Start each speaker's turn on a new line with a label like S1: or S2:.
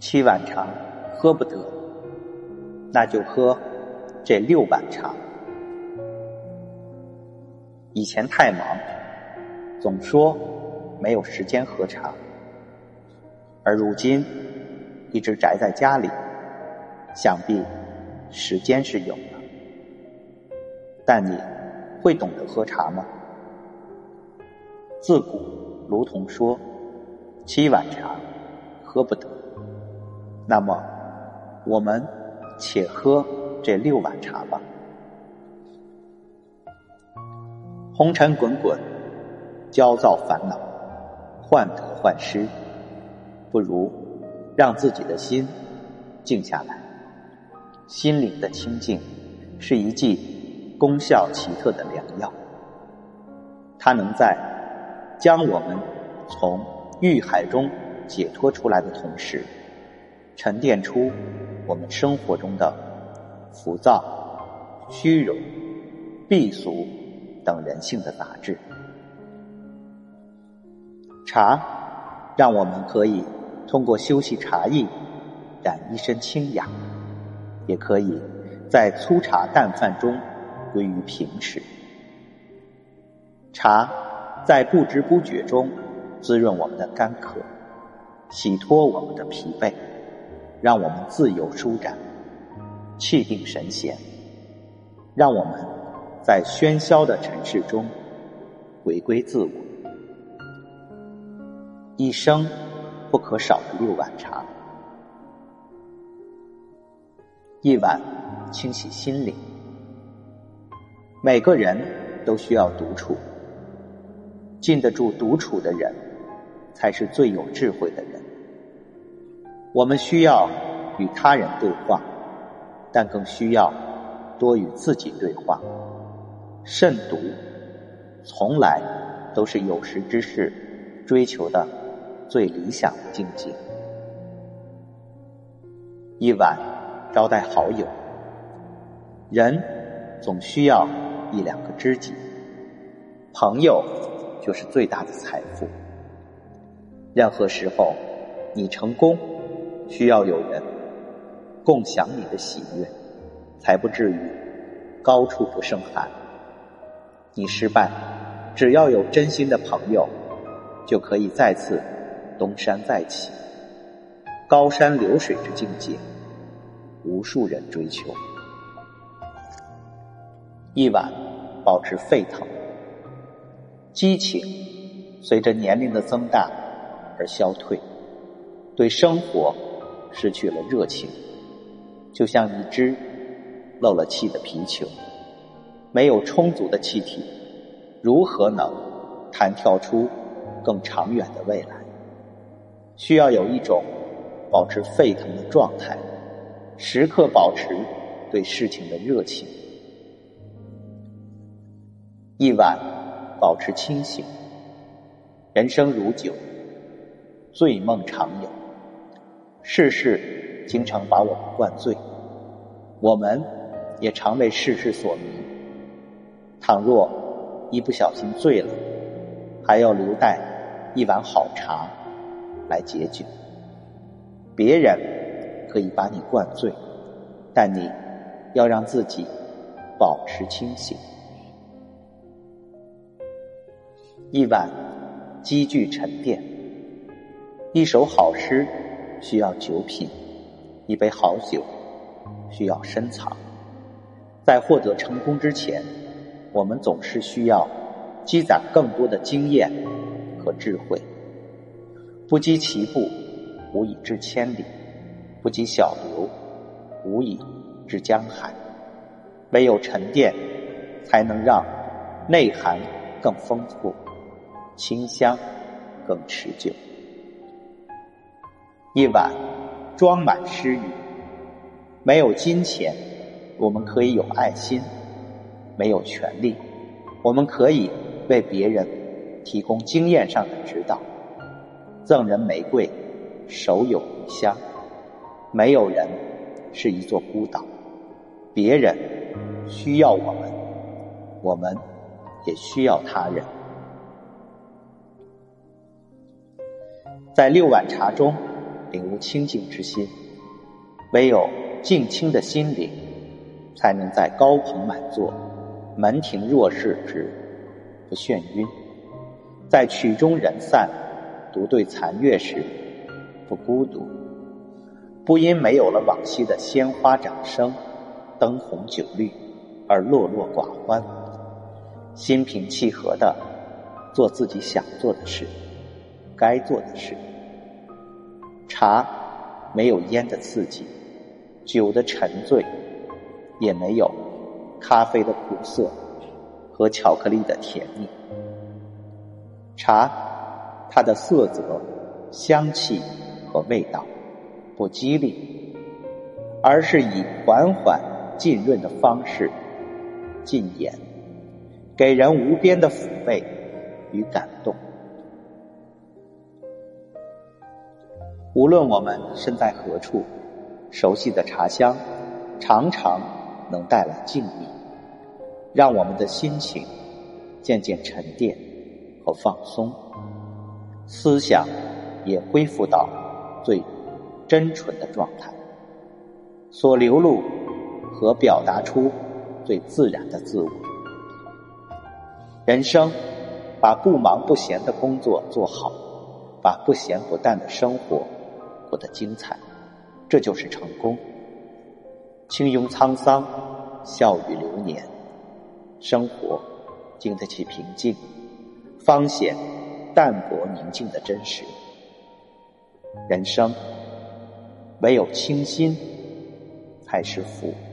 S1: 7碗茶喝不得，那就喝这6碗茶。以前太忙，总说没有时间喝茶，而如今一直宅在家里，想必时间是有的。但你会懂得喝茶吗？自古卢仝说7碗茶喝不得，那么我们且喝这6碗茶吧。红尘滚滚，焦躁烦恼，患得患失，不如让自己的心静下来。心灵的清静是一剂功效奇特的良药，它能在将我们从欲海中解脱出来的同时，沉淀出我们生活中的浮躁、虚荣、避俗等人性的杂质。茶让我们可以通过修习茶艺染一身清雅，也可以在粗茶淡饭中归于平时。茶在不知不觉中滋润我们的干渴，洗脱我们的疲惫，让我们自由舒展，气定神闲，让我们在喧嚣的尘世中回归自我。一生不可少的6碗茶，一碗清洗心灵。每个人都需要独处，禁得住独处的人才是最有智慧的人。我们需要与他人对话，但更需要多与自己对话。慎独从来都是有识之士追求的最理想的境界。一碗招待好友，人总需要1-2个知己，朋友就是最大的财富。任何时候你成功，需要有人共享你的喜悦，才不至于高处不胜寒。你失败，只要有真心的朋友，就可以再次东山再起。高山流水之境界，无数人追求。一碗保持沸腾。激情随着年龄的增大而消退，对生活失去了热情，就像一只漏了气的皮球，没有充足的气体，如何能弹跳出更长远的未来？需要有一种保持沸腾的状态，时刻保持对事情的热情。一碗保持清醒。人生如酒，醉梦常有，世事经常把我们灌醉，我们也常为世事所迷。倘若一不小心醉了，还要留待一碗好茶来解酒。别人可以把你灌醉，但你要让自己保持清醒。一碗积聚沉淀。一首好诗需要酒品，一杯好酒需要深藏。在获得成功之前，我们总是需要积攒更多的经验和智慧。不积其步，无以至千里；不积小流，无以至江海。唯有沉淀，才能让内涵更丰富，清香更持久。一碗装满诗语。没有金钱，我们可以有爱心；没有权利，我们可以为别人提供经验上的指导。赠人玫瑰，手有余香。没有人是一座孤岛，别人需要我们，我们也需要他人。在6碗茶中， 领悟清净之心，唯有静清的心灵，才能在高朋满座、门庭若市时不眩晕，在曲终人散、独对残月时不孤独，不因没有了往昔的鲜花掌声、灯红酒绿而落落寡欢，心平气和地做自己想做的事、该做的事。茶没有烟的刺激，酒的沉醉，也没有咖啡的苦涩和巧克力的甜蜜。茶，它的色泽、香气和味道不激励，而是以缓缓浸润的方式浸盐，给人无边的抚慰与感动。无论我们身在何处，熟悉的茶香常常能带来静谧，让我们的心情渐渐沉淀和放松，思想也恢复到最真纯的状态，所流露和表达出最自然的自我。人生把不忙不闲的工作做好，把不咸不淡的生活过得精彩，这就是成功。清庸沧桑，笑语流年，生活经得起平静，方显淡泊宁静的真实。人生唯有清心才是福。